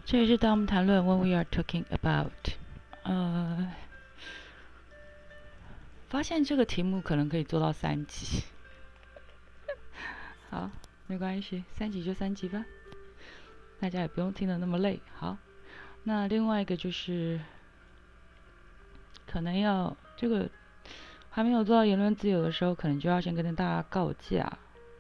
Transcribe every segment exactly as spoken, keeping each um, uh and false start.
这也是当我们谈论 when we are talking about，呃，发现这个题目可能可以做到三集。好，没关系，三集就三集吧，大家也不用听得那么累。好，那另外一个就是可能要这个还没有做到言论自由的时候，可能就要先跟大家告假。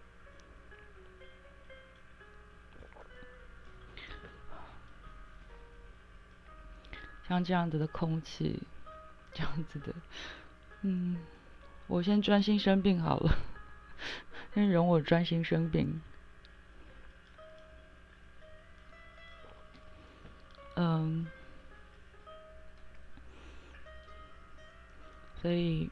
像这样子的空气，这样子的，嗯，我先专心生病好了，先容我专心生病。嗯，所以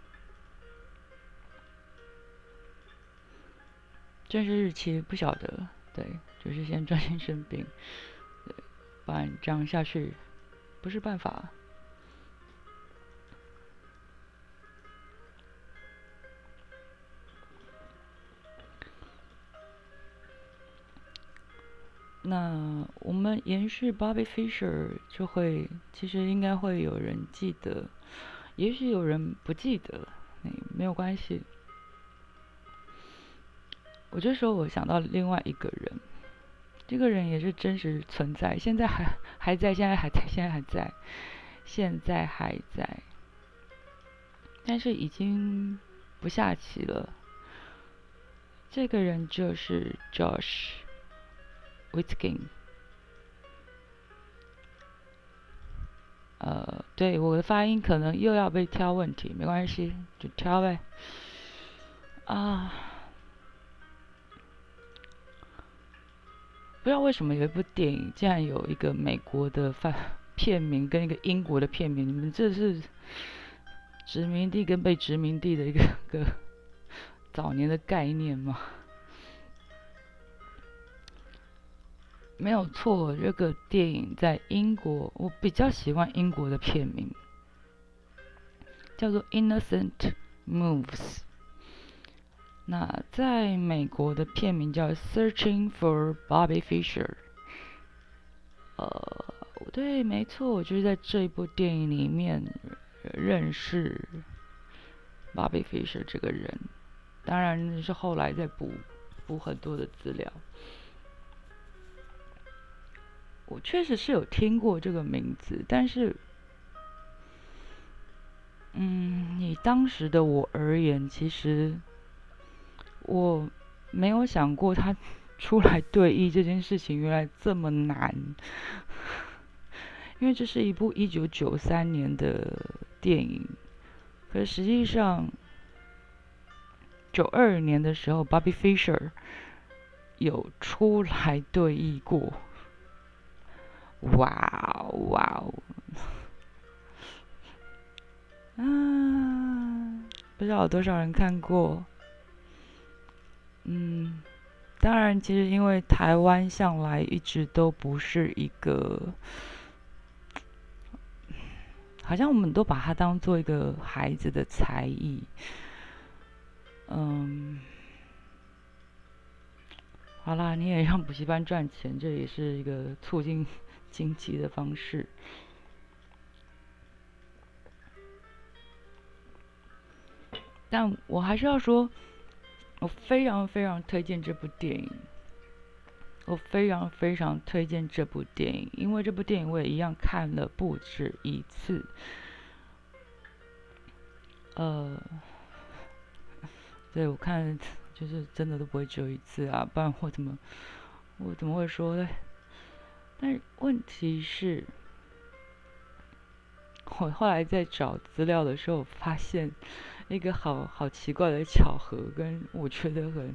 正式日期不晓得，对，就是先专心生病，对，不然这样下去不是办法。那我们延续 Bobby Fischer 就会，其实应该会有人记得，也许有人不记得，嗯，没有关系。我这时候我想到另外一个人，这个人也是真实存在，现在还还在，现在还在，现在还在，现在还在，但是已经不下棋了。这个人就是 Josh Witkin。呃，对，我的发音可能又要被挑问题，没关系，就挑呗。啊，不知道为什么有一部电影竟然有一个美国的翻片名跟一个英国的片名，你们这是殖民地跟被殖民地的一个个早年的概念吗？没有错，这个电影在英国，我比较喜欢英国的片名，叫做《Innocent Moves》。那在美国的片名叫《Searching for Bobby Fischer》。呃，对，没错，我就是在这一部电影里面认识 Bobby Fischer 这个人，当然是后来再补补很多的资料。我确实是有听过这个名字，但是，嗯，以当时的我而言，其实我没有想过他出来对弈这件事情原来这么难，因为这是一部一九九三年的电影，可是实际上九二年的时候，Bobby Fischer 有出来对弈过。哇哦哇哦！啊，不知道有多少人看过。嗯，当然，其实因为台湾向来一直都不是一个，好像我们都把它当做一个孩子的才艺。嗯，好啦，你也让补习班赚钱，这也是一个促进经济的方式。但我还是要说，我非常非常推荐这部电影。我非常非常推荐这部电影，因为这部电影我也一样看了不止一次。呃，对，我看就是真的都不会只有一次啊，不然我怎么我怎么会说呢？但是问题是，我后来在找资料的时候，发现一个好好奇怪的巧合，跟我觉得很，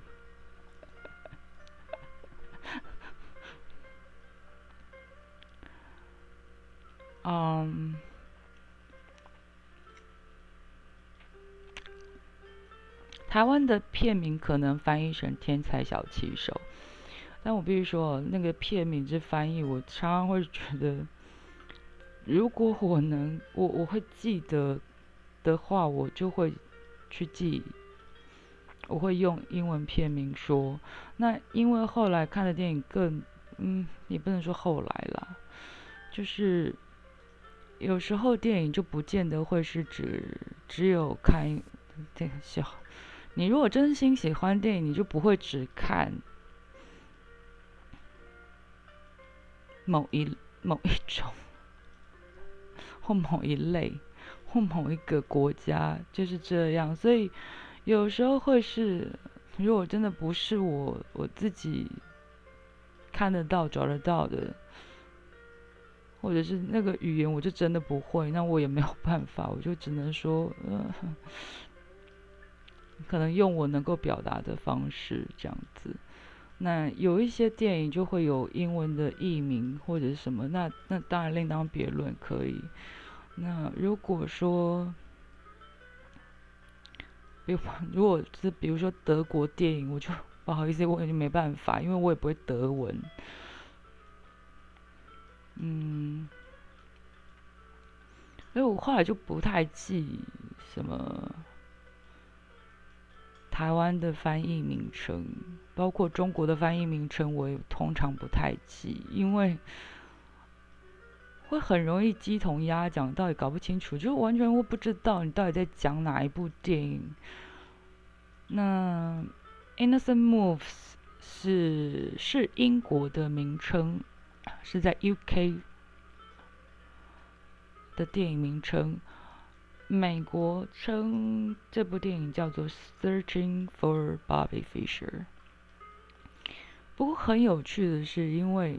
嗯，台湾的片名可能翻译成《天才小棋手》，但我必须说，那个片名这翻译，我常常会觉得，如果我能，我我会记得的话，我就会去记，我会用英文片名说。那因为后来看的电影更嗯，也不能说后来啦，就是有时候电影就不见得会是只只有看这小，你如果真心喜欢电影，你就不会只看某一某一种或某一类或某一个国家，就是这样。所以有时候会是，如果真的不是我我自己看得到找得到的，或者是那个语言我就真的不会，那我也没有办法，我就只能说，呃，可能用我能够表达的方式这样子。那有一些电影就会有英文的译名或者是什么，那那当然另当别论，可以。那如果说，比如如果是比如说德国电影，我就不好意思，我就没办法，因为我也不会德文。嗯，所以我后来就不太记什么台湾的翻译名称，包括中国的翻译名称，我也通常不太记，因为会很容易鸡同鸭讲，到底搞不清楚，就完全会不知道你到底在讲哪一部电影。那《Innocent Moves》是是英国的名称，是在 U K 的电影名称。美国称这部电影叫做《Searching for Bobby Fischer》。不过很有趣的是，因为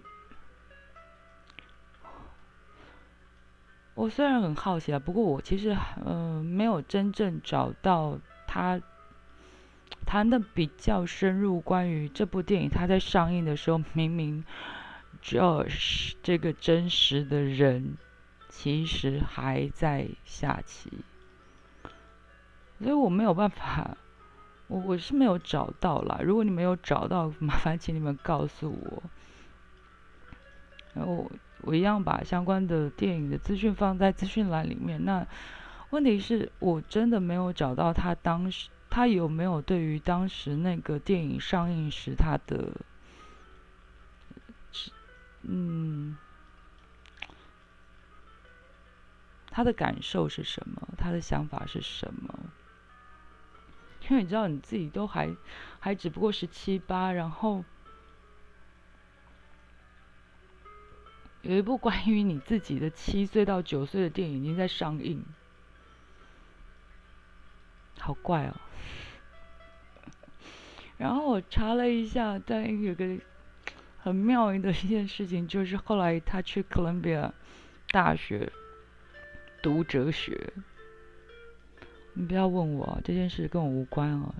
我虽然很好奇啊，不过我其实呃没有真正找到他谈的比较深入关于这部电影他在上映的时候，明明 Josh 这个真实的人其实还在下棋，所以我没有办法，我我是没有找到啦。如果你没有找到，麻烦请你们告诉我。然后我一样把相关的电影的资讯放在资讯栏里面。那问题是我真的没有找到他当时他有没有对于当时那个电影上映时他的嗯他的感受是什么，他的想法是什么？因为你知道你自己都还还只不过十七八，然后有一部关于你自己的七岁到九岁的电影已经在上映，好怪哦。然后我查了一下，但有个很妙的一件事情，就是后来他去哥伦比亚大学读哲学。你不要问我这件事跟我无关哦。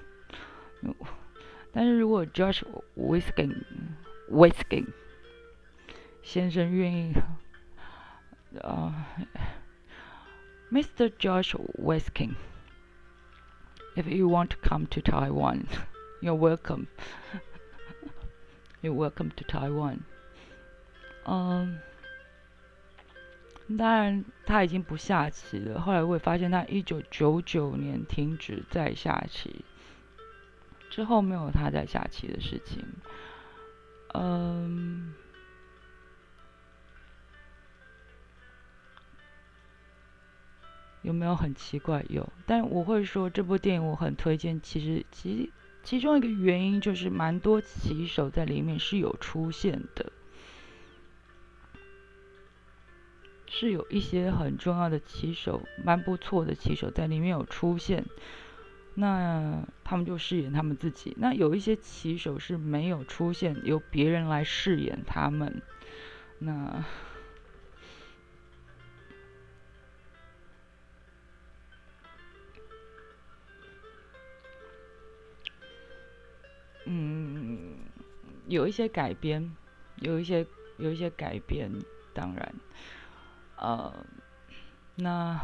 但是如果 Josh Whiskin Whiskin 先生愿意，呃，Mister Josh Whiskin, if you want to come to Taiwan, you're welcome. You're welcome to Taiwan. 嗯，当然他已经不下棋了。后来我也发现他一九九九年停止再下棋，之后没有他在下棋的事情。嗯。有没有很奇怪？有，但我会说这部电影我很推荐。其实，其其中一个原因就是蛮多棋手在里面是有出现的，是有一些很重要的棋手，蛮不错的棋手在里面有出现。那他们就饰演他们自己。那有一些棋手是没有出现，由别人来饰演他们。那嗯，有一些改编，有一些有一些改编，当然，呃，那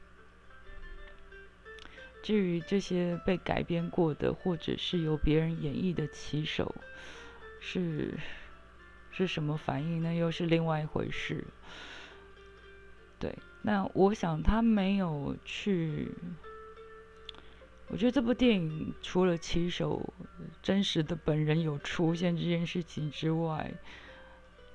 至于这些被改编过的，或者是由别人演绎的棋手，是是什么反应呢？又是另外一回事。对，那我想他没有去。我觉得这部电影除了棋手真实的本人有出现这件事情之外，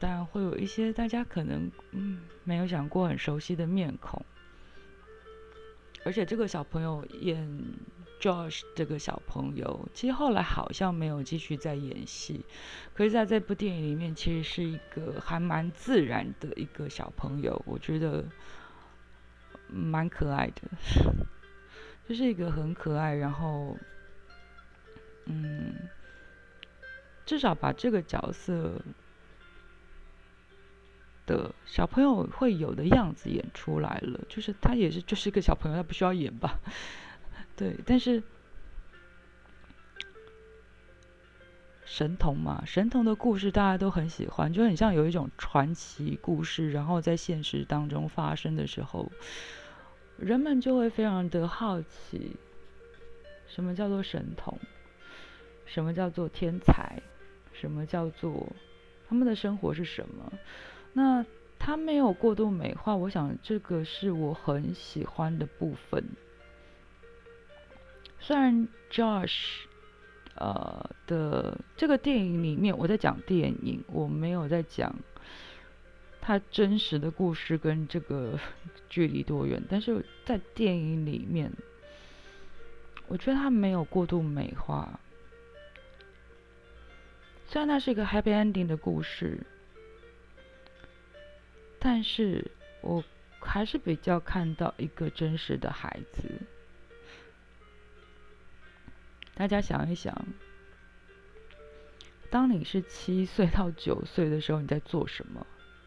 但会有一些大家可能嗯没有想过很熟悉的面孔。而且这个小朋友演 Josh 这个小朋友，其实后来好像没有继续在演戏，可是在这部电影里面，其实是一个还蛮自然的一个小朋友，我觉得蛮可爱的，就是一个很可爱，然后嗯，至少把这个角色的小朋友会有的样子演出来了，就是他也是就是一个小朋友，他不需要演吧？对，但是神童嘛，神童的故事大家都很喜欢，就很像有一种传奇故事，然后在现实当中发生的时候，人们就会非常的好奇，什么叫做神童？什么叫做天才？什么叫做他们的生活是什么？那他没有过度美化，我想这个是我很喜欢的部分。虽然 Josh 呃的这个电影里面，我在讲电影，我没有在讲他真实的故事跟这个距离多远，但是在电影里面，我觉得他没有过度美化。虽然它是一个 happy ending 的故事，但是我还是比较看到一个真实的孩子。大家想一想，当你是七岁到九岁的时候，你在做什么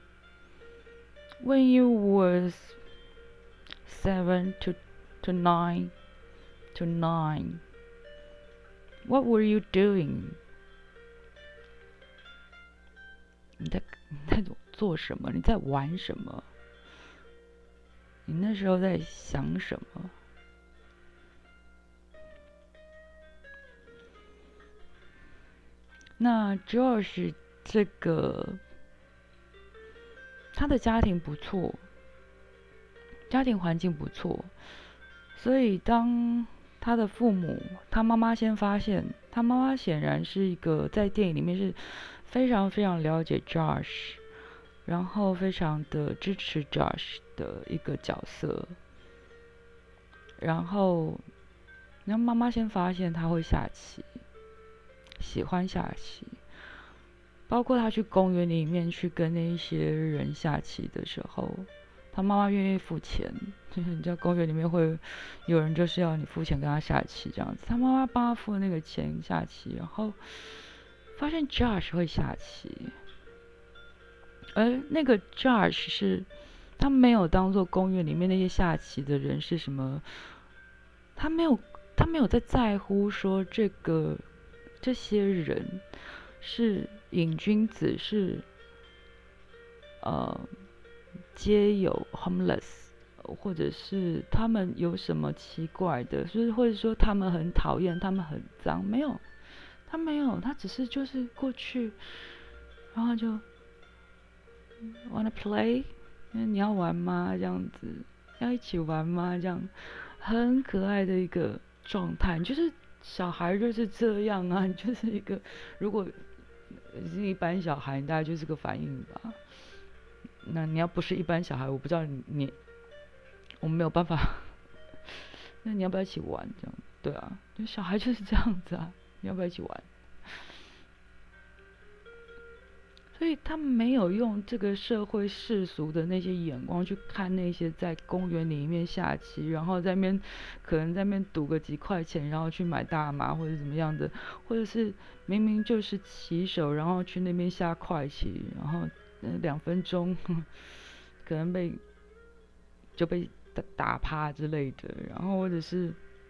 ？When you was seven to to nine to nine, what were you doing? 你在你在做什么？你在玩什么？你那时候在想什么？那 Josh 这个他的家庭不错，家庭环境不错，所以当他的父母，他妈妈先发现，他妈妈显然是一个在电影里面是非常非常了解 Josh， 然后非常的支持 Josh 的一个角色。然后，然后妈妈先发现他会下棋，喜欢下棋，包括他去公园里面去跟那一些人下棋的时候，他妈妈愿意付钱，就是你知道公园里面会有人就是要你付钱跟他下棋这样子，他妈妈帮他付那个钱下棋，然后发现 Josh 会下棋，而那个 Josh 是他没有当做公园里面那些下棋的人是什么，他没有他没有在在乎说这个这些人是瘾君子，是呃皆有 homeless， 或者是他们有什么奇怪的，就是或者说他们很讨厌，他们很脏，没有，他没有，他只是就是过去，然后就 wanna play， 你要玩吗？这样子，要一起玩吗？这样很可爱的一个状态，就是小孩就是这样啊，你就是一个如果是一般小孩，你大概就是个反应吧。那你要不是一般小孩，我不知道你你我们没有办法。那你要不要一起玩？这样对啊，就小孩就是这样子啊，你要不要一起玩？所以他没有用这个社会世俗的那些眼光去看那些在公园里面下棋，然后在那边可能在那边赌个几块钱，然后去买大麻或者怎么样的，或者是明明就是棋手，然后去那边下快棋，然后两分钟可能被就被打打趴之类的，然后或者是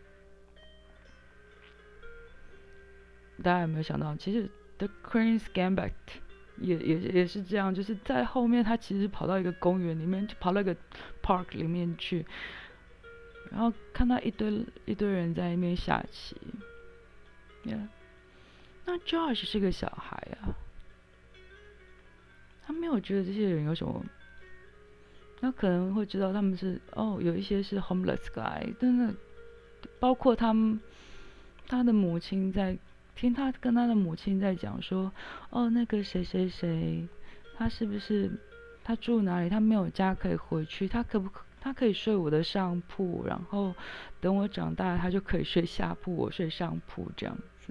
大家有没有想到，其实 The Queen's Gambit 也也也是这样，就是在后面他其实跑到一个公园里面，就跑到一个 park 里面去，然后看到一堆一堆人在那边下棋。Yeah. 那 Josh 是个小孩啊，他没有觉得这些人有什么，他可能会知道他们是哦，有一些是 homeless guy， 真的，包括他们他的母亲在听他跟他的母亲在讲说，哦，那个谁谁谁， 他是不是他住哪里？他没有家可以回去，他可不可他可以睡我的上铺，然后等我长大，他就可以睡下铺，我睡上铺这样子。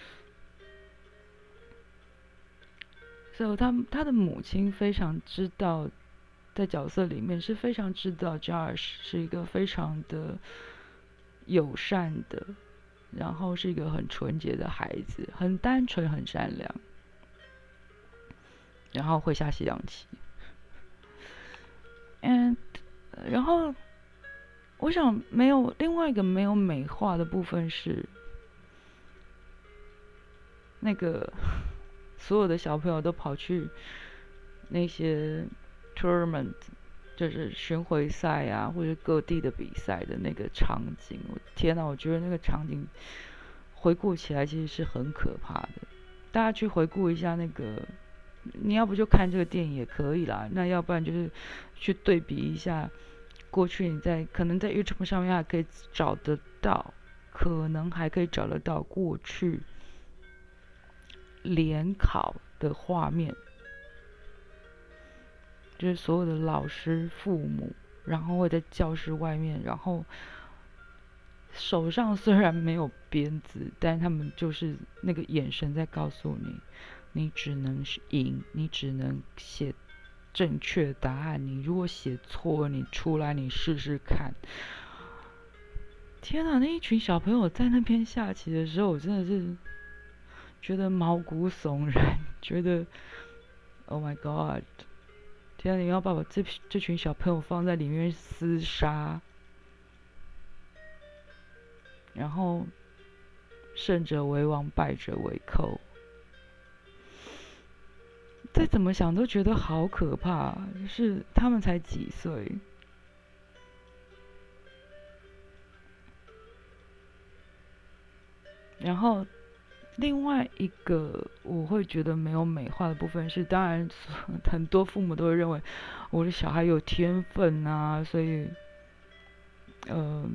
所以他他的母亲非常知道，在角色里面是非常知道 Josh 是一个非常的友善的，然后是一个很纯洁的孩子，很单纯，很善良，然后会下西洋棋。嗯，然后我想没有另外一个没有美化的部分是，那个所有的小朋友都跑去那些 tournament， 就是巡回赛啊，或者各地的比赛的那个场景。我天哪，我觉得那个场景回顾起来其实是很可怕的。大家去回顾一下那个，你要不就看这个电影也可以啦，那要不然就是去对比一下过去你在可能在 YouTube 上面还可以找得到，可能还可以找得到过去联考的画面，就是所有的老师、父母，然后会在教室外面，然后手上虽然没有鞭子，但他们就是那个眼神在告诉你，你只能赢，你只能写正确答案，你如果写错，你出来你试试看。天哪，那一群小朋友在那边下棋的时候，我真的是觉得毛骨悚然，觉得 Oh my God， 天哪，你要把我这这群小朋友放在里面厮杀，然后胜者为王，败者为寇。再怎么想都觉得好可怕，就是他们才几岁。然后另外一个我会觉得没有美化的部分是，当然很多父母都会认为我的小孩有天分啊，所以呃，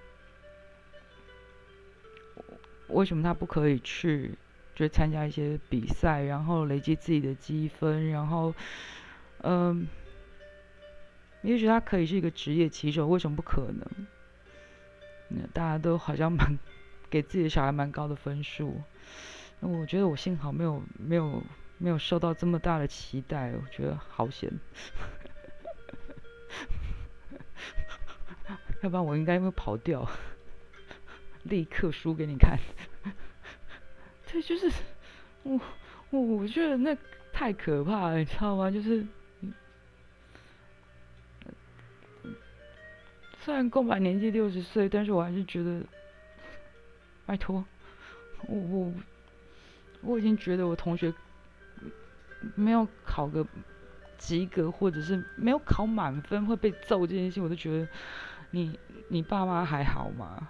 为什么他不可以去就参加一些比赛，然后累积自己的积分，然后嗯、呃，也许他可以是一个职业棋手，为什么不可能？大家都好像蛮给自己的小孩蛮高的分数，我觉得我幸好没有没有没有受到这么大的期待，我觉得好险。要不然我应该会跑掉，立刻输给你看。对，就是我我我觉得那太可怕了，你知道吗？就是虽然公版年纪六十岁，但是我还是觉得，拜托，我我我已经觉得我同学没有考个及格，或者是没有考满分会被揍这件事，我都觉得你你爸妈还好吗？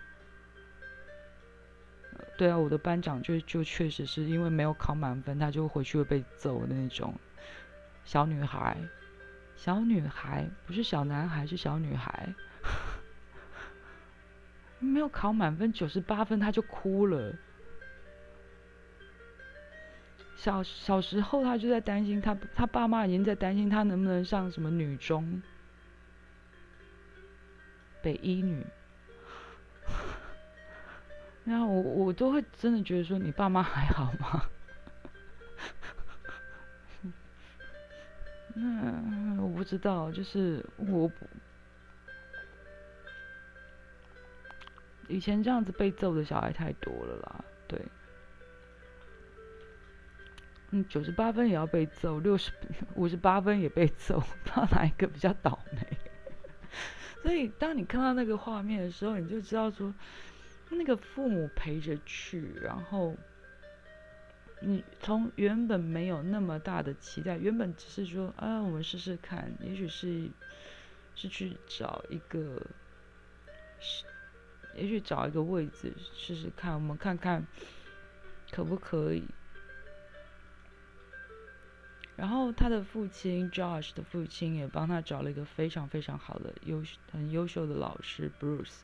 对啊，我的班长就就确实是因为没有考满分，他就回去会被揍的那种小女孩。小女孩不是小男孩，是小女孩。没有考满分，九十八分他就哭了。小小时候他就在担心他，他爸妈已经在担心他能不能上什么女中、北一女。然后我我都会真的觉得说，你爸妈还好吗？那我不知道，就是我以前这样子被揍的小孩太多了啦，对。嗯，九十八分也要被揍，六十五十八分也被揍，不知道哪一个比较倒霉。所以当你看到那个画面的时候，你就知道说，那个父母陪着去，然后你从原本没有那么大的期待，原本只是说啊，我们试试看，也许是是去找一个，也许找一个位置试试看，我们看看可不可以。然后他的父亲 Josh 的父亲也帮他找了一个非常非常好的优很优秀的老师 Bruce，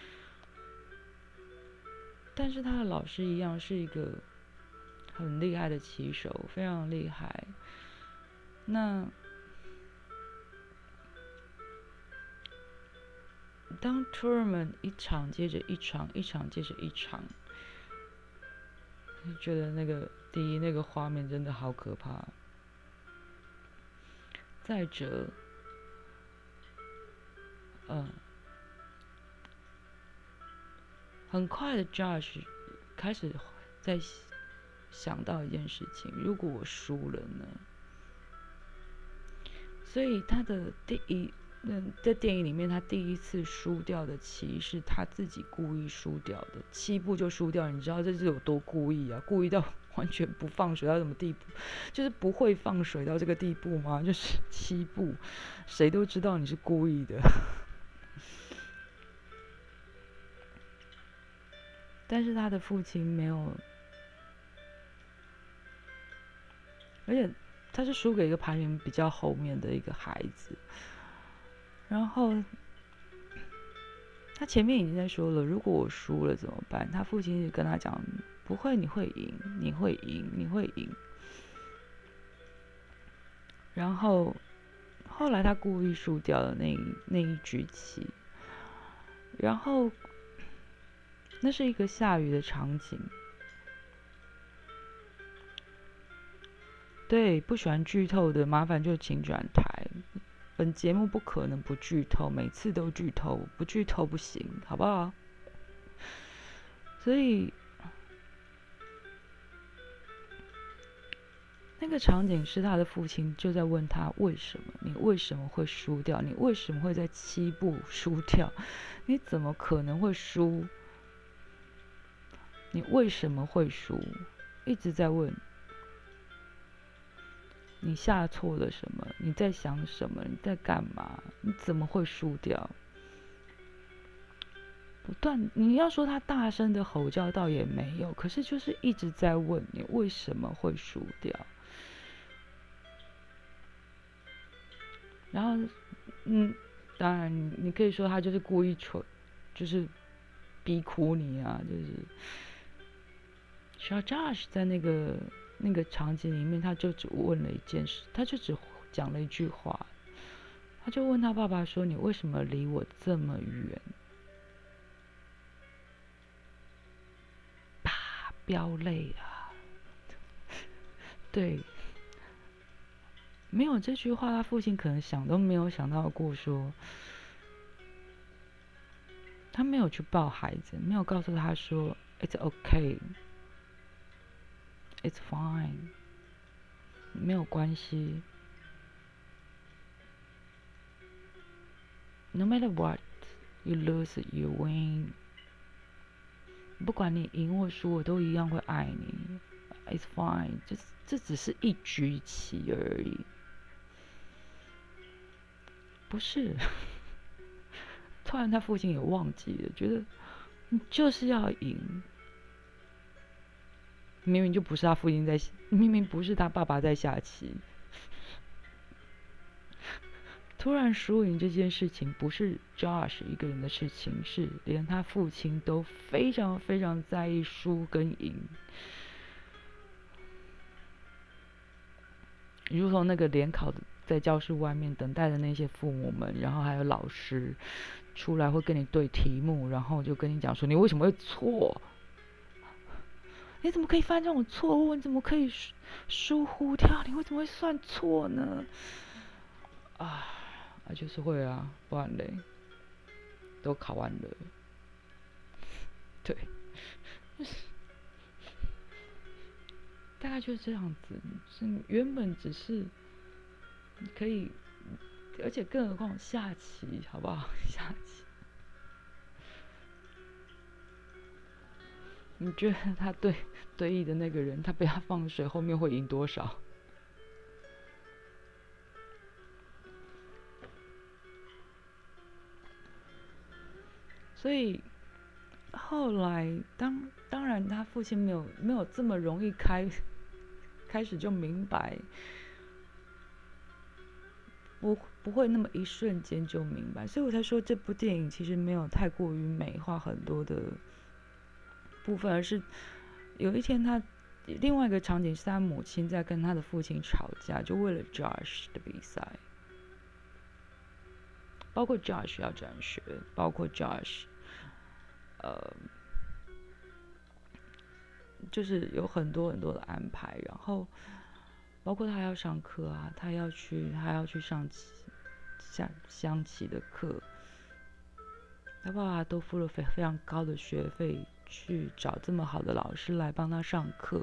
但是他的老师一样是一个很厉害的棋手，非常厉害。 那当 tournament 一场接着一场，一场接着一场，就觉得那个第一那个画面真的好可怕。再者，嗯，很快的 Josh 开始在想到一件事情：如果我输了呢？所以他的第一，嗯，在电影里面，他第一次输掉的棋是他自己故意输掉的，七步就输掉。你知道这是有多故意啊？故意到完全不放水到什么地步？就是不会放水到这个地步吗？就是七步，谁都知道你是故意的。但是他的父亲没有，而且他是输给一个排名比较后面的一个孩子，然后他前面已经在说了，如果我输了怎么办？他父亲就跟他讲，不会，你会赢，你会赢，你会赢。然后后来他故意输掉了那那一局棋，然后那是一个下雨的场景。对，不喜欢剧透的，麻烦就请转台。本节目不可能不剧透，每次都剧透，不剧透不行，好不好？所以那个场景是他的父亲就在问他为什么，你为什么会输掉？你为什么会在七步输掉？你怎么可能会输？你为什么会输？一直在问。你下错了什么？你在想什么？你在干嘛？你怎么会输掉？不断，你要说他大声的吼叫倒也没有，可是就是一直在问你为什么会输掉。然后，嗯，当然你可以说他就是故意蠢，就是逼哭你啊，就是。小 Josh 在那个那个场景里面，他就只问了一件事，他就只讲了一句话，他就问他爸爸说：“你为什么离我这么远？”啪，飙泪啊！对，没有这句话，他父亲可能想都没有想到过说，他没有去抱孩子，没有告诉他说 "It's okay, it's fine"， 没有关系。No matter what, you lose, you win. 不管你赢或输，我都一样会爱你。It's fine， 这这只是一局棋而已，不是。突然他父亲也忘记了，觉得你就是要赢。明明就不是他父亲在，明明不是他爸爸在下棋。突然输赢这件事情不是 Josh 一个人的事情，是连他父亲都非常非常在意输跟赢。如同那个联考在教室外面等待的那些父母们，然后还有老师出来会跟你对题目，然后就跟你讲说你为什么会错？你怎么可以犯这种错误？你怎么可以疏忽掉？你为什么会算错呢？啊！啊，就是会啊，不然嘞，都考完了，对，大概就是这样子。是原本只是可以，而且更何况下棋，好不好？下棋，你觉得他对对弈的那个人，他被他放水后面会赢多少？所以后来，当当然他父亲没有没有这么容易开开始就明白，不不会那么一瞬间就明白，所以我才说这部电影其实没有太过于美化很多的部分，而是有一天他另外一个场景是他母亲在跟他的父亲吵架，就为了 Josh 的比赛，包括 Josh 要转学，包括 Josh， 呃，就是有很多很多的安排，然后包括他要上课啊，他要去他要去上下象棋的课，他爸爸都付了非非常高的学费去找这么好的老师来帮他上课，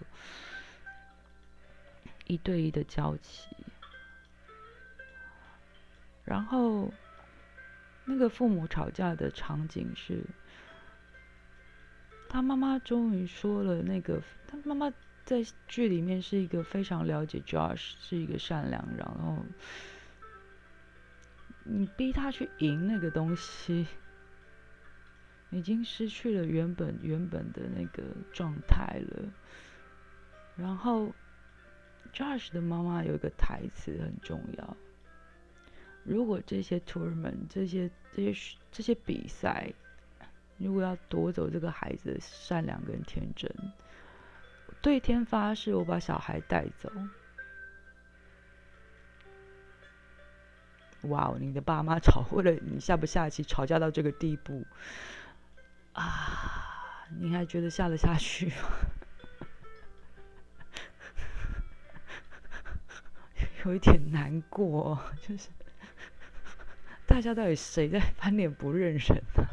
一对一的教棋。然后那个父母吵架的场景是，他妈妈终于说了那个，他妈妈在剧里面是一个非常了解 Josh， 是一个善良，然后你逼他去赢那个东西，已经失去了原本原本的那个状态了。然后 Josh 的妈妈有一个台词很重要，如果这些 tournament 这些这些这些比赛，如果要夺走这个孩子的善良跟天真，对天发誓，我把小孩带走。哇哦，你的爸妈吵，为了你下不下棋吵架到这个地步啊，你还觉得下得下去吗？有一点难过，就是大家到底谁在翻脸不认人啊？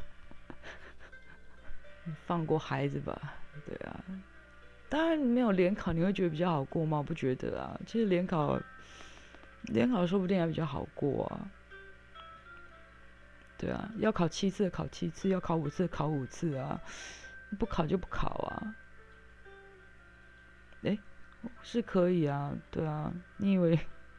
放过孩子吧，对啊。当然没有联考，你会觉得比较好过吗？我不觉得啊。其实联考，联考说不定还比较好过啊。对啊，要考七次考七次，要考五次考五次啊，不考就不考啊。哎，是可以啊，对啊。你以为？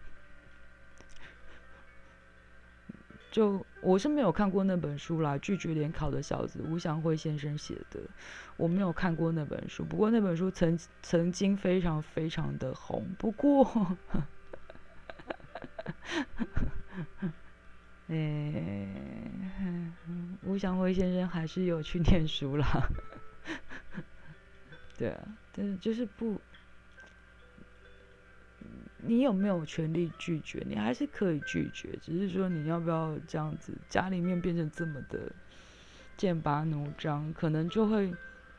就我是没有看过那本书啦，《拒绝联考的小子》，吴祥辉先生写的，我没有看过那本书。不过那本书曾曾经非常非常的红。不过，诶、吴祥辉先生还是有去念书啦。对啊，但是就是不，你有没有权利拒绝？你还是可以拒绝，只是说你要不要这样子，家里面变成这么的剑拔弩张，可能就会。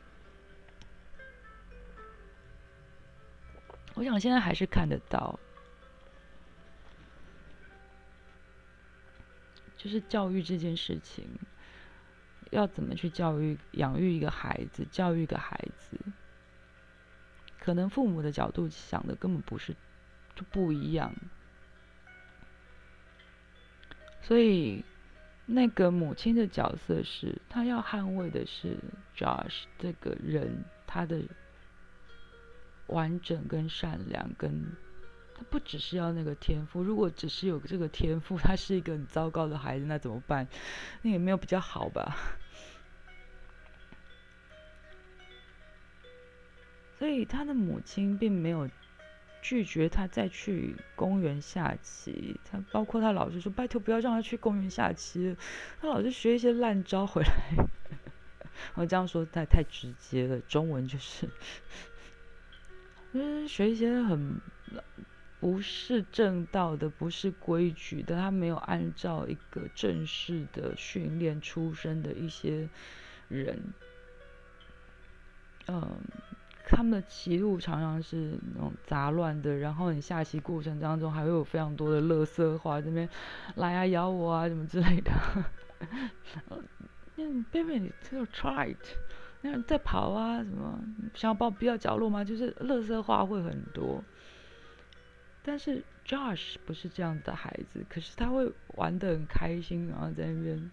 我想现在还是看得到，就是教育这件事情，要怎么去教育、养育一个孩子，教育一个孩子，可能父母的角度想的根本不是，就不一样。所以那个母亲的角色是，她要捍卫的是 Josh 这个人，他的完整跟善良，跟他不只是要那个天赋。如果只是有这个天赋，他是一个很糟糕的孩子，那怎么办？那也没有比较好吧。所以他的母亲并没有拒绝他再去公园下棋，他包括他老师说拜托不要让他去公园下棋，他老是学一些烂招回来。我这样说太太直接了，中文就是，就是学一些很不是正道的、不是规矩的，他没有按照一个正式的训练出身的一些人，嗯。他们的棋路常常是那种杂乱的，然后你下棋过程当中还会有非常多的垃圾话，这边来啊咬我啊什么之类的。那 baby 你就 try it， 那在跑啊什么，想要把我逼到角落吗？就是垃圾话会很多。但是 Josh 不是这样的孩子，可是他会玩得很开心，然后在那边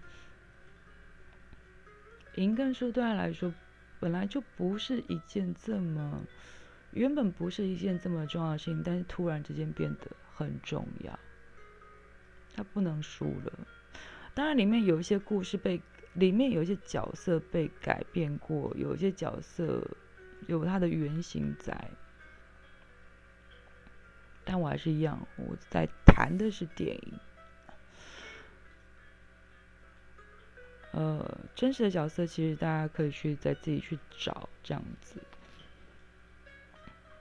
赢跟输对他来说本来就不是一件这么，原本不是一件这么重要的事情，但是突然之间变得很重要，他不能输了。当然里面有一些故事被，里面有一些角色被改变过，有一些角色有他的原型在，但我还是一样，我在谈的是电影。呃，真实的角色其实大家可以去再自己去找这样子。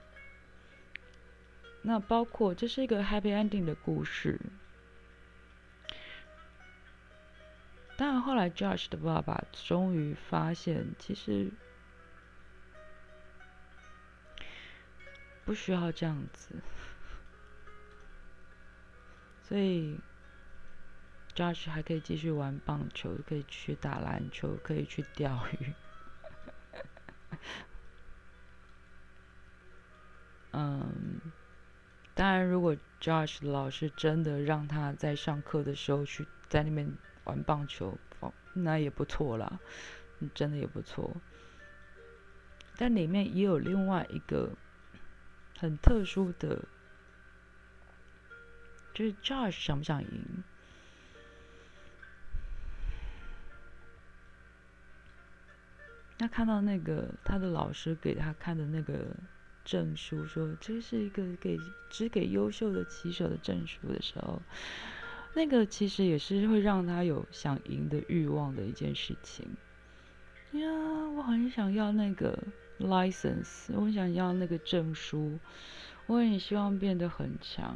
那包括这是一个 happy ending 的故事。当然后来 Josh 的爸爸终于发现，其实不需要这样子，所以 Josh 还可以继续玩棒球，可以去打篮球，可以去钓鱼。嗯，当然，如果 Josh 的老师真的让他在上课的时候去在那边玩棒球，那也不错啦，真的也不错。但里面也有另外一个很特殊的，就是 Josh 想不想赢？他看到那个他的老师给他看的那个证书，说这是一个给只给优秀的棋手的证书的时候，那个其实也是会让他有想赢的欲望的一件事情。呀，我很想要那个 license， 我很想要那个证书，我很希望变得很强。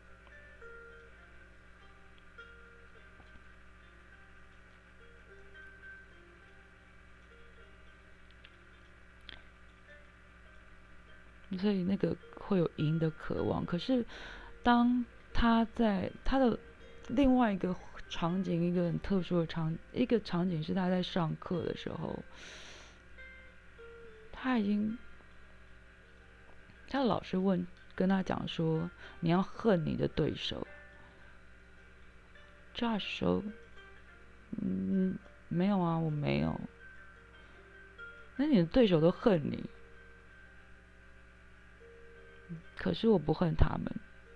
所以那个会有赢的渴望。可是当他在他的另外一个场景，一个很特殊的场一个场景是他在上课的时候，他已经他的老师问跟他讲说，你要恨你的对手。Josh 说，嗯，没有啊，我没有。那你的对手都恨你，可是我不恨他们。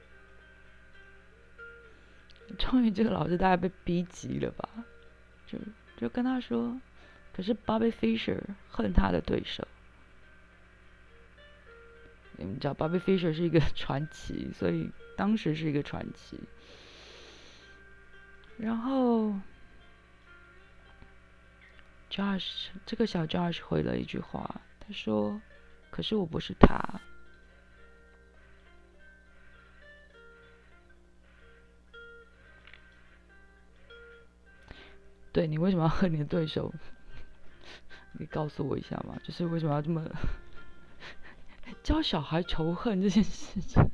终于这个老师大概被逼急了吧，就就跟他说，可是 Bobby Fischer 恨他的对手。你们知道 Bobby Fischer 是一个传奇，所以当时是一个传奇。然后 Josh 这个小 Josh 回了一句话，他说：“可是我不是他。”对，你为什么要恨你的对手？你告诉我一下嘛，就是为什么要这么教小孩仇恨这件事情？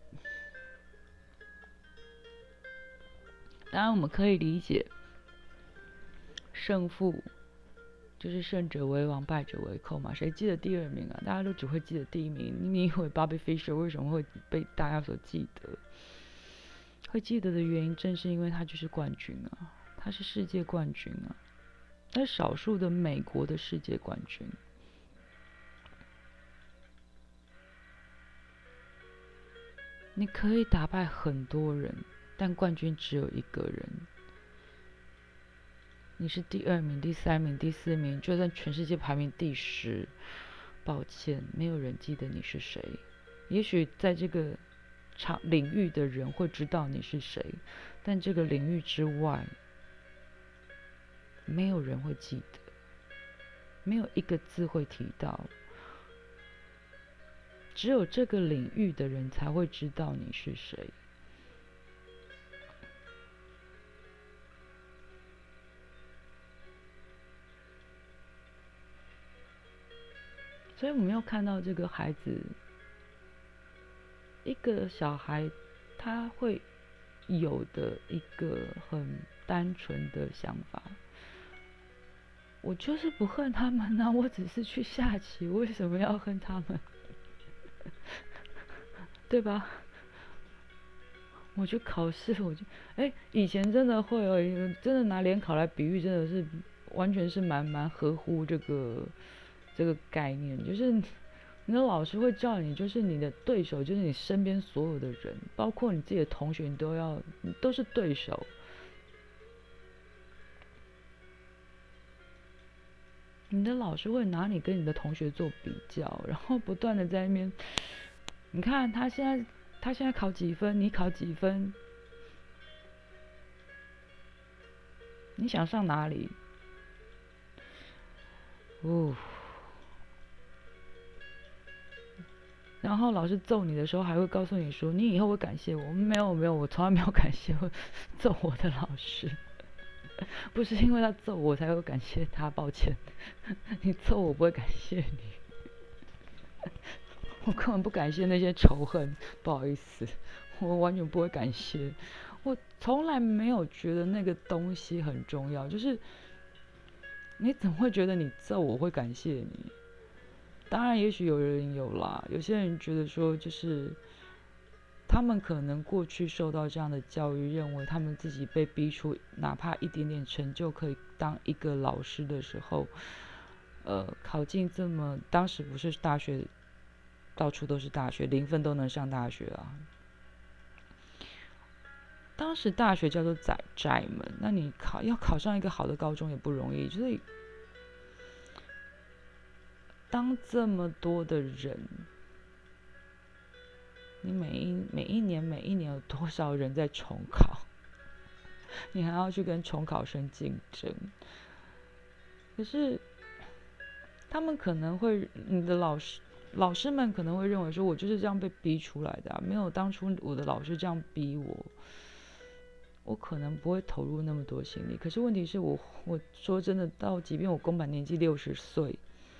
当然我们可以理解胜负就是胜者为王，败者为寇嘛，谁记得第二名啊？大家都只会记得第一名。你以为 Bobby Fischer 为什么会被大家所记得？会记得的原因正是因为他就是冠军啊，他是世界冠军啊，他是少数的美国的世界冠军。你可以打败很多人，但冠军只有一个人。你是第二名、第三名、第四名，就算全世界排名第十，抱歉，没有人记得你是谁。也许在这个场领域的人会知道你是谁，但这个领域之外，没有人会记得，没有一个字会提到。只有这个领域的人才会知道你是谁。所以我们又看到这个孩子，一个小孩他会有的一个很单纯的想法，我就是不恨他们啊，我只是去下棋，为什么要恨他们？对吧？我去考试，我就哎、欸，以前真的会有一个，真的拿联考来比喻，真的是完全是蛮蛮合乎这个这个概念，就是你的老师会叫你，就是你的对手，就是你身边所有的人，包括你自己的同学，你都要你都是对手。你的老师会拿你跟你的同学做比较，然后不断的在那边，你看他现在他现在考几分，你考几分，你想上哪里？哦， 然后老师揍你的时候，还会告诉你说：“你以后会感谢我。”没有没有，我从来没有感谢我揍我的老师，不是因为他揍我才会感谢他，抱歉，你揍我不会感谢你，我根本不感谢那些仇恨，不好意思，我完全不会感谢，我从来没有觉得那个东西很重要，就是你怎么会觉得你揍我会感谢你？当然，也许有人有啦，有些人觉得说，就是他们可能过去受到这样的教育，认为他们自己被逼出哪怕一点点成就可以当一个老师的时候，呃，考进这么当时不是大学，到处都是大学，零分都能上大学啊。当时大学叫做窄窄门，那你考要考上一个好的高中也不容易，所以当这么多的人，你每一每一年每一年有多少人在重考？你还要去跟重考生竞争。可是他们可能会，你的老师老师们可能会认为说，我就是这样被逼出来的啊，没有当初我的老师这样逼我，我可能不会投入那么多心力。可是问题是我，我说真的，到即便我公版年纪六十岁。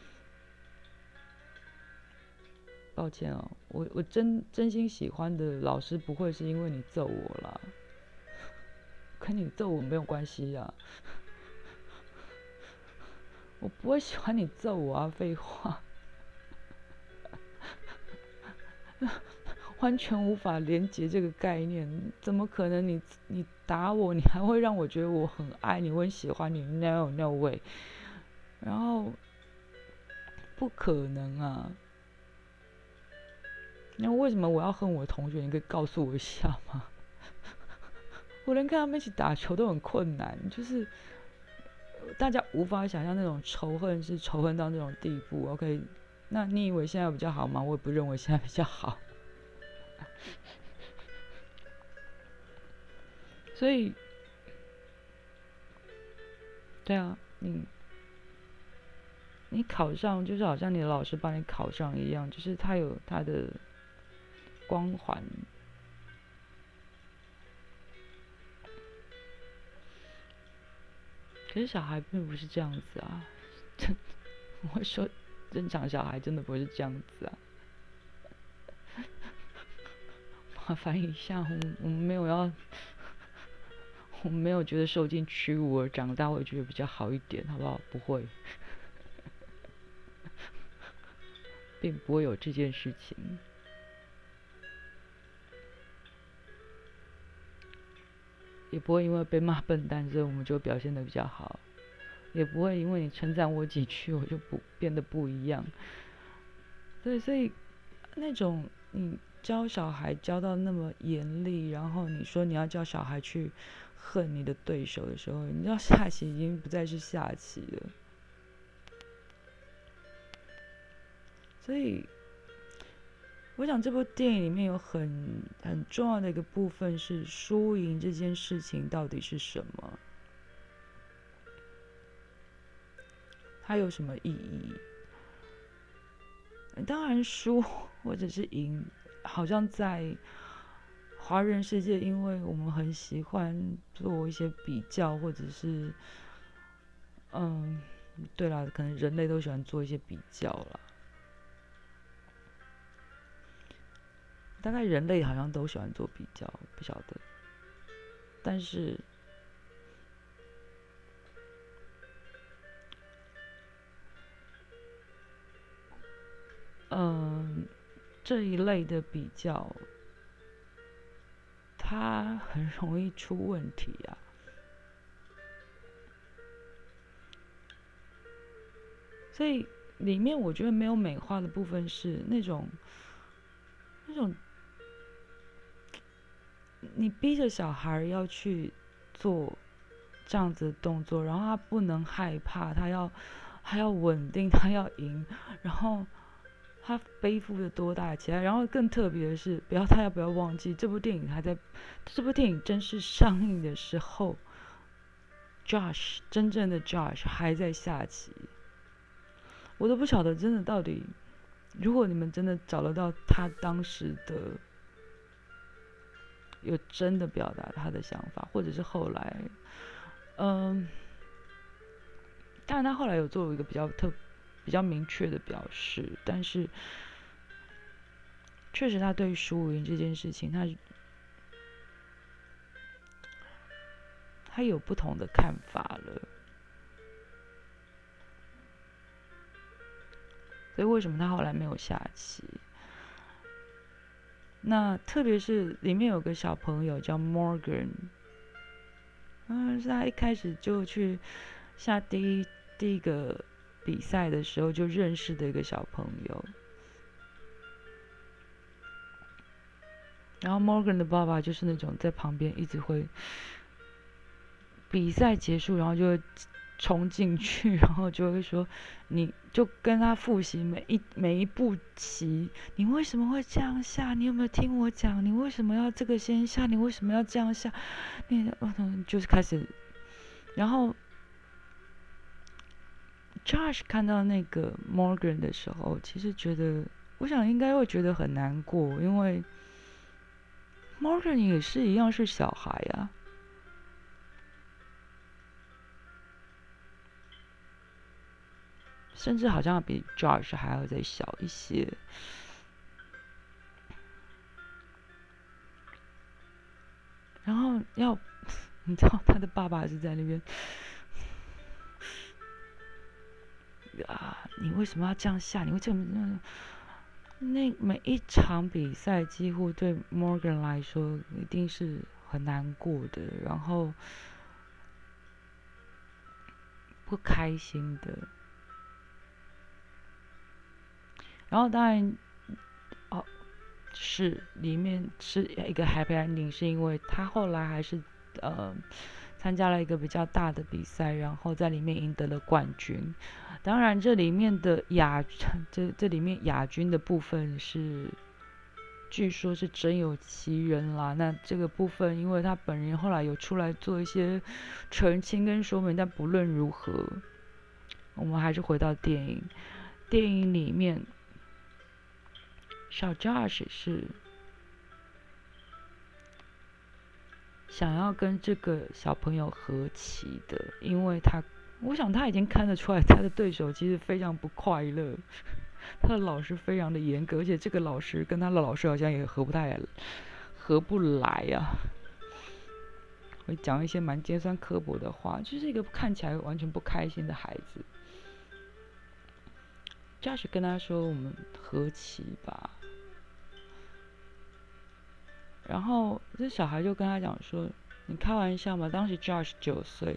抱歉哦，我我真真心喜欢的老师不会是因为你揍我啦，跟你揍我没有关系啊，我不会喜欢你揍我啊，废话，完全无法连接这个概念，怎么可能你你打我，你还会让我觉得我很爱你，我很喜欢你 ？No No way， 然后不可能啊。那为什么我要恨我同学？你可以告诉我一下吗？我连跟他们一起打球都很困难，就是大家无法想象那种仇恨是仇恨到那种地步。OK， 那你以为现在比较好吗？我也不认为现在比较好。所以，对啊，你你考上，就是好像你的老师帮你考上一样，就是他有他的光环。可是小孩并不是这样子啊，我会说正常小孩真的不是这样子啊。麻烦一下，我我们没有要，我们没有觉得受尽屈辱而长大会觉得比较好一点，好不好？不会，并不会有这件事情。也不会因为被骂笨蛋，所以我们就表现得比较好，也不会因为你称赞我几句，我就不变得不一样。对，所以那种你教小孩教到那么严厉，然后你说你要教小孩去恨你的对手的时候，你知道下棋已经不再是下棋了。所以我想这部电影里面有很很重要的一个部分是输赢这件事情到底是什么，它有什么意义？当然输或者是赢，好像在华人世界，因为我们很喜欢做一些比较，或者是嗯，对啦，可能人类都喜欢做一些比较啦。大概人类好像都喜欢做比较，不晓得。但是，嗯，这一类的比较，它很容易出问题啊。所以里面我觉得没有美化的部分是那种，那种。你逼着小孩要去做这样子的动作，然后他不能害怕，他要还要稳定，他要赢，然后他背负着多大的期待，然后更特别的是，不要大家不要忘记，这部电影还在这部电影正式上映的时候 ，Josh 真正的 Josh 还在下棋，我都不晓得真的到底如果你们真的找得到他当时的有真的表达他的想法，或者是后来，嗯，当然他后来有做一个比较特、比较明确的表示，但是确实他对输赢这件事情，他他有不同的看法了。所以为什么他后来没有下棋？那特别是里面有个小朋友叫 Morgan， 嗯，是他一开始就去下第一第一个比赛的时候就认识的一个小朋友。然后 Morgan 的爸爸就是那种在旁边一直会比赛结束，然后就会冲进去，然后就会说，你就跟他复习每一每一步棋，你为什么会这样下？你有没有听我讲？你为什么要这个先下？你为什么要这样下？你就是开始，然后 Josh 看到那个 Morgan 的时候，其实觉得，我想应该会觉得很难过，因为 Morgan 也是一样是小孩啊。甚至好像比 Josh 还要再小一些。然后要，你知道他的爸爸是在那边啊，你为什么要这样下？你会这么那每一场比赛几乎对 Morgan 来说一定是很难过的，然后不开心的。然后当然，哦，是里面是一个 happy ending， 是因为他后来还是呃参加了一个比较大的比赛，然后在里面赢得了冠军。当然，这里面的亚这这里面亚军的部分是，据说是真有其人啦。那这个部分，因为他本人后来有出来做一些澄清跟说明，但不论如何，我们还是回到电影。电影里面，小 Josh 是想要跟这个小朋友和棋的，因为他，我想他已经看得出来，他的对手其实非常不快乐，他的老师非常的严格，而且这个老师跟他的老师好像也合不太合不来啊，会讲一些蛮尖酸刻薄的话，就是一个看起来完全不开心的孩子。Josh 跟他说：“我们和棋吧。”然后这小孩就跟他讲说：“你开玩笑吗？当时 Josh 九岁，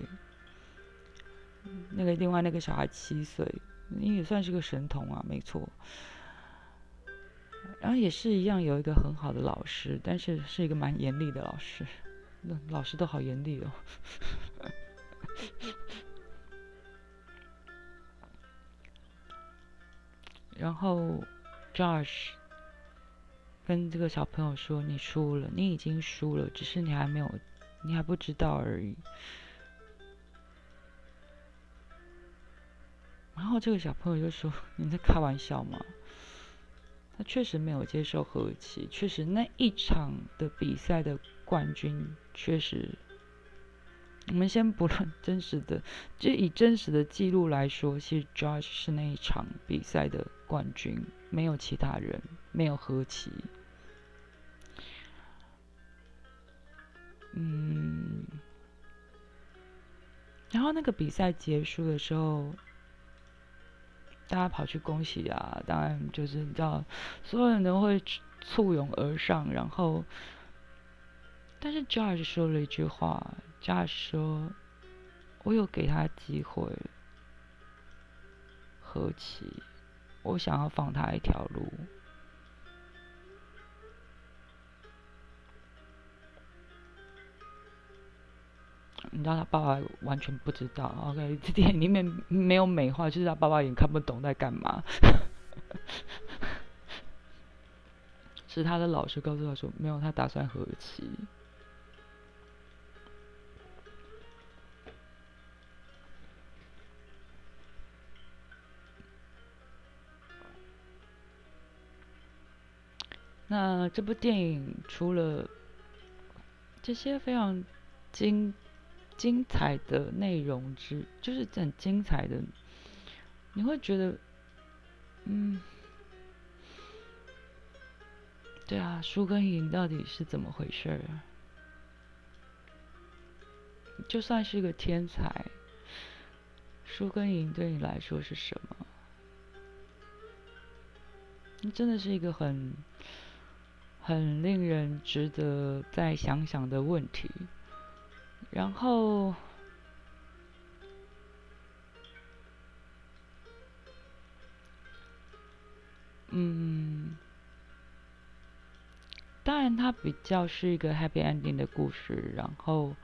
那个另外那个小孩七岁，你也算是个神童啊，没错。然后也是一样有一个很好的老师，但是是一个蛮严厉的老师，那老师都好严厉哦。然后 Josh 跟这个小朋友说：“你输了，你已经输了，只是你还没有，你还不知道而已。”然后这个小朋友就说：“你在开玩笑吗？”他确实没有接受和棋，确实那一场的比赛的冠军确实，我们先不论真实的，就以真实的记录来说，其实 Josh 是那一场比赛的冠军，没有其他人，没有和棋。嗯，然后那个比赛结束的时候，大家跑去恭喜啊，当然就是你知道，所有人都会簇拥而上，然后，但是 Josh 说了一句话 ，Josh 说：“我有给他机会和棋，我想要放他一条路。”你知道他爸爸完全不知道 ，OK， 这电影里面没有美化，就是他爸爸也看不懂在干嘛。是他的老师告诉他说，没有，他打算和棋。 那这部电影除了这些非常精精彩的内容之，就是很精彩的，你会觉得，嗯，对啊，输跟赢到底是怎么回事啊？就算是个天才，输跟赢对你来说是什么？真的是一个很很令人值得再想想的问题。然后，嗯，当然它比较是一个 happy ending 的故事。然后，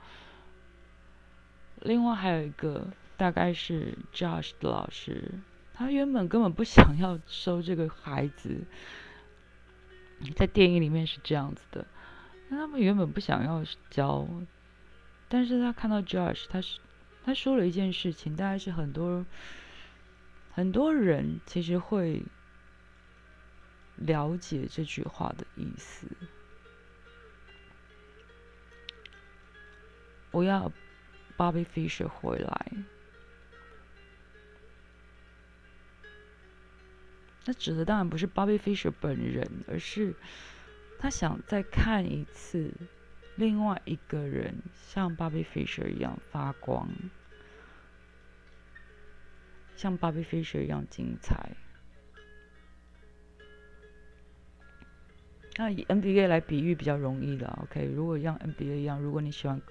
另外还有一个大概是 Josh 的老师，他原本根本不想要收这个孩子，在电影里面是这样子的。他们原本不想要教，但是他看到 Josh， 他是他说了一件事情，大概是很多很多人其实会了解这句话的意思。我要 Bobby Fischer 回来，那指的当然不是 Bobby Fischer 本人，而是他想再看一次另外一个人像 Bobby Fischer 一样发光，像 Bobby Fischer 一样精彩。那以 N B A 来比喻比较容易了 ，OK？ 如果像 N B A 一样，如果你喜欢，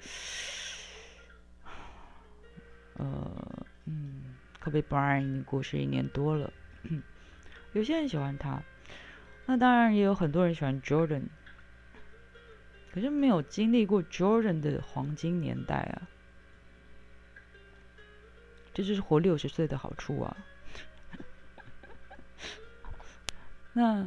呃，嗯 ，Kobe Bryant 已经过世一年多了，有些人喜欢他，那当然也有很多人喜欢 Jordan， 可是没有经历过 Jordan 的黄金年代啊，这就是活六十岁的好处啊。那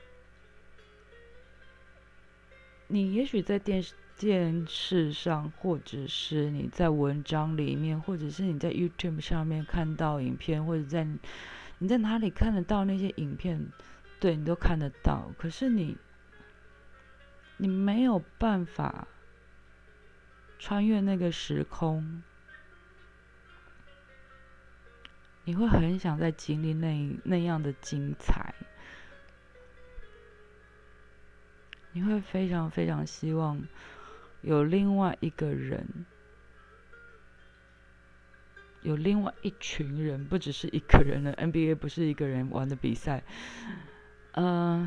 你也许在电视电视上，或者是你在文章里面，或者是你在 YouTube 上面看到影片，或者在你在哪里看得到那些影片，对，你都看得到。可是你你没有办法穿越那个时空，你会很想再经历那那样的精彩。你会非常非常希望有另外一个人，有另外一群人，不只是一个人的 N B A 不是一个人玩的比赛，呃，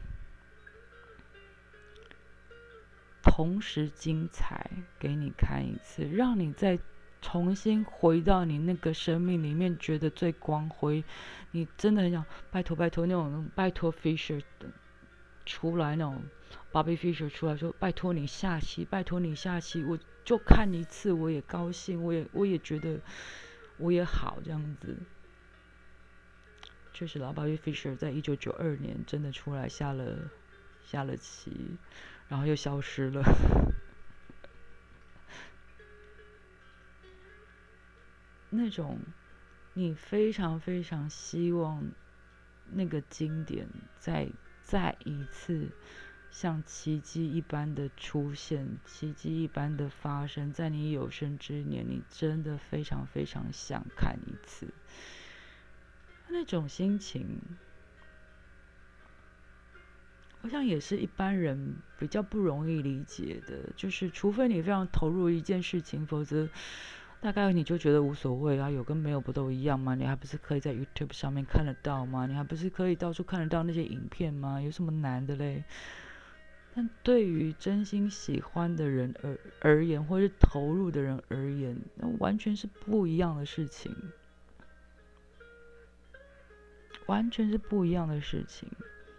同时精彩给你看一次，让你再重新回到你那个生命里面觉得最光辉，你真的很想拜托拜托那种拜托 Fisher 出来那种 Bobby Fischer 出来说拜托你下期，拜托你下期，我就看一次我也高兴，我也我也觉得我也好这样子。确实，老 Bobby Fischer 在一九九二年真的出来下了下了棋，然后又消失了。那种你非常非常希望那个经典再再一次像奇迹一般的出现，奇迹一般的发生在你有生之年，你真的非常非常想看一次。那种心情，我想也是一般人比较不容易理解的，就是除非你非常投入一件事情，否则大概你就觉得无所谓啊，有跟没有不都一样吗？你还不是可以在 YouTube 上面看得到吗？你还不是可以到处看得到那些影片吗？有什么难的嘞？但对于真心喜欢的人而而言，或是投入的人而言，那完全是不一样的事情，完全是不一样的事情。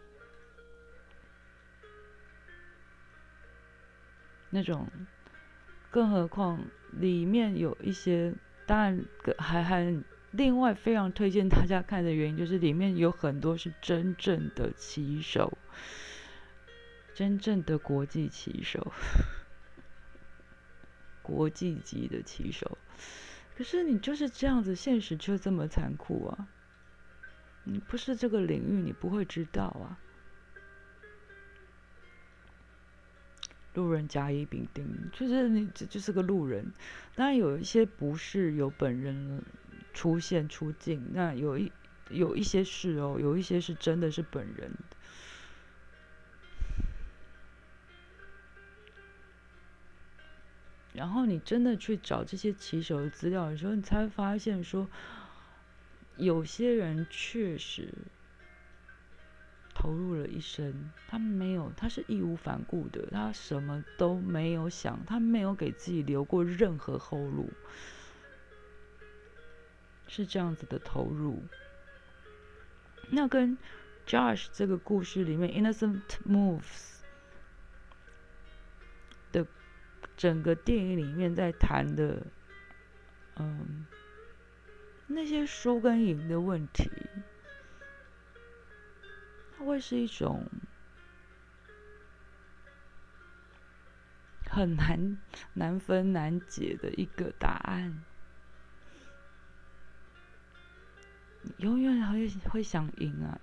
那种，更何况里面有一些，当然还还另外非常推荐大家看的原因，就是里面有很多是真正的棋手，真正的国际棋手，国际级的棋手。可是你就是这样子，现实就这么残酷啊！你不是这个领域，你不会知道啊。 路人甲乙丙丁，就是你这就是个路人。当然有一些不是有本人出现出镜，那有一有一些是哦，有一些是真的是本人。然后你真的去找这些骑手的资料的时候，你才会发现说，有些人确实投入了一生，他没有，他是义无反顾的，他什么都没有想，他没有给自己留过任何后路，是这样子的投入。那跟 Josh 这个故事里面 Innocent Moves 的整个电影里面在谈的，嗯，那些输跟赢的问题，它会是一种很难难分难解的一个答案。你永远会会想赢啊！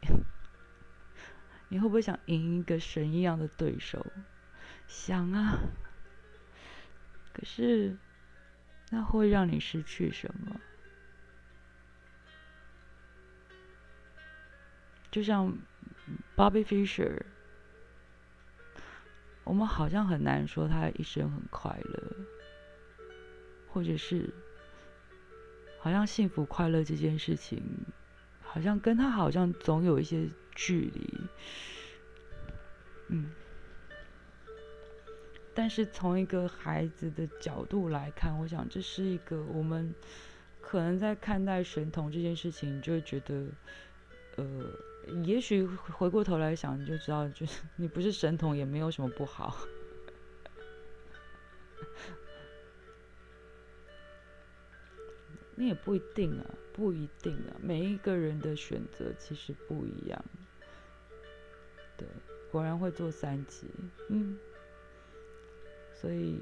你会不会想赢一个神一样的对手？想啊！可是那会让你失去什么？就像 Bobby Fischer， 我们好像很难说他一生很快乐，或者是好像幸福快乐这件事情，好像跟他好像总有一些距离。嗯，但是从一个孩子的角度来看，我想这是一个我们可能在看待神童这件事情，你就会觉得，呃，也许回过头来想，你就知道，就是你不是神童也没有什么不好。你也不一定啊，不一定啊，每一个人的选择其实不一样。对，果然会做三集，嗯，所以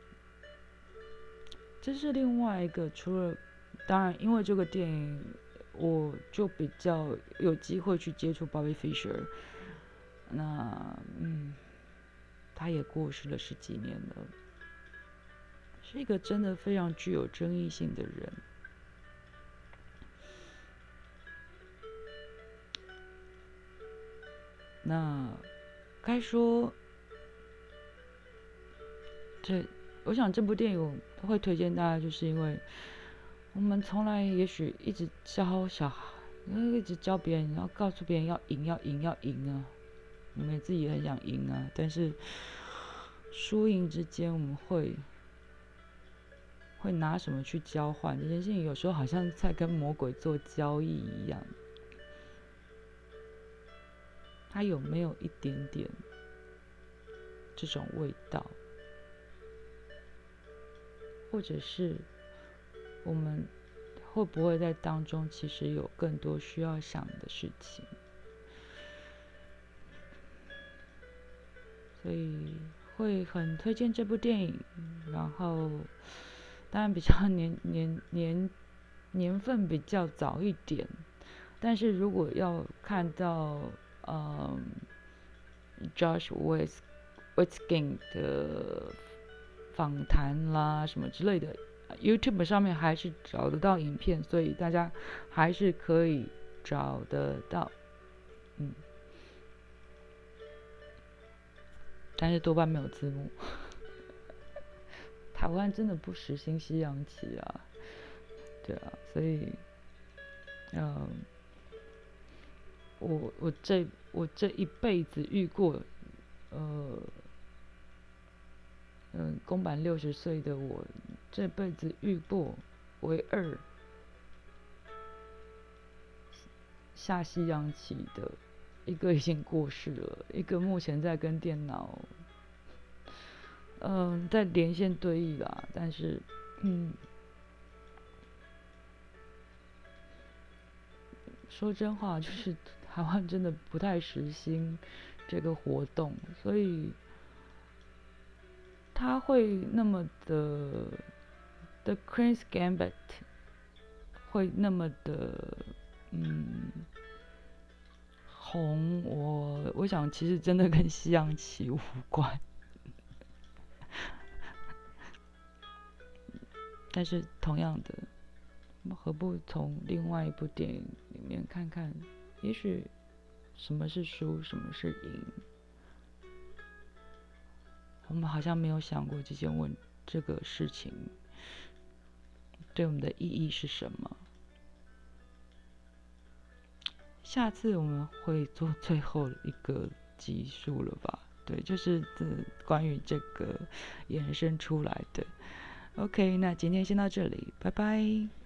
这是另外一个，除了当然因为这个电影，我就比较有机会去接触 Bobby Fischer， 那嗯，他也过世了十几年了，是一个真的非常具有争议性的人。那该说，这我想这部电影我会推荐大家，就是因为我们从来也许一直教小孩，一直教别人，要告诉别人要赢，要赢，要赢啊。我们自己也很想赢啊，但是输赢之间，我们会会拿什么去交换？这件事情有时候好像在跟魔鬼做交易一样。它有没有一点点这种味道？或者是我们会不会在当中其实有更多需要想的事情？所以会很推荐这部电影。然后当然比较年年年年份比较早一点，但是如果要看到嗯 Josh Waitzkin 的访谈啦什么之类的， YouTube 上面还是找得到影片，所以大家还是可以找得到，嗯，但是多半没有字幕。台湾真的不实行西洋棋啊，对啊，所以，嗯，我我这我这一辈子遇过，呃，嗯，公版六十岁的我，这辈子遇过唯二下西洋棋的一个已经过世了，一个目前在跟电脑，嗯，在连线对弈啦，但是，嗯，说真话，就是台湾真的不太实行这个活动，所以他会那么的，The Queen's Gambit 会那么的，嗯，红。我我想其实真的跟西洋棋无关。 但是同样的，我们何不从另外一部电影里面看看，也许什么是输，什么是赢？我们好像没有想过这件问这个事情对我们的意义是什么。下次我们会做最后一个集数了吧？对，就是这关于这个延伸出来的。OK， 那今天先到这里，拜拜。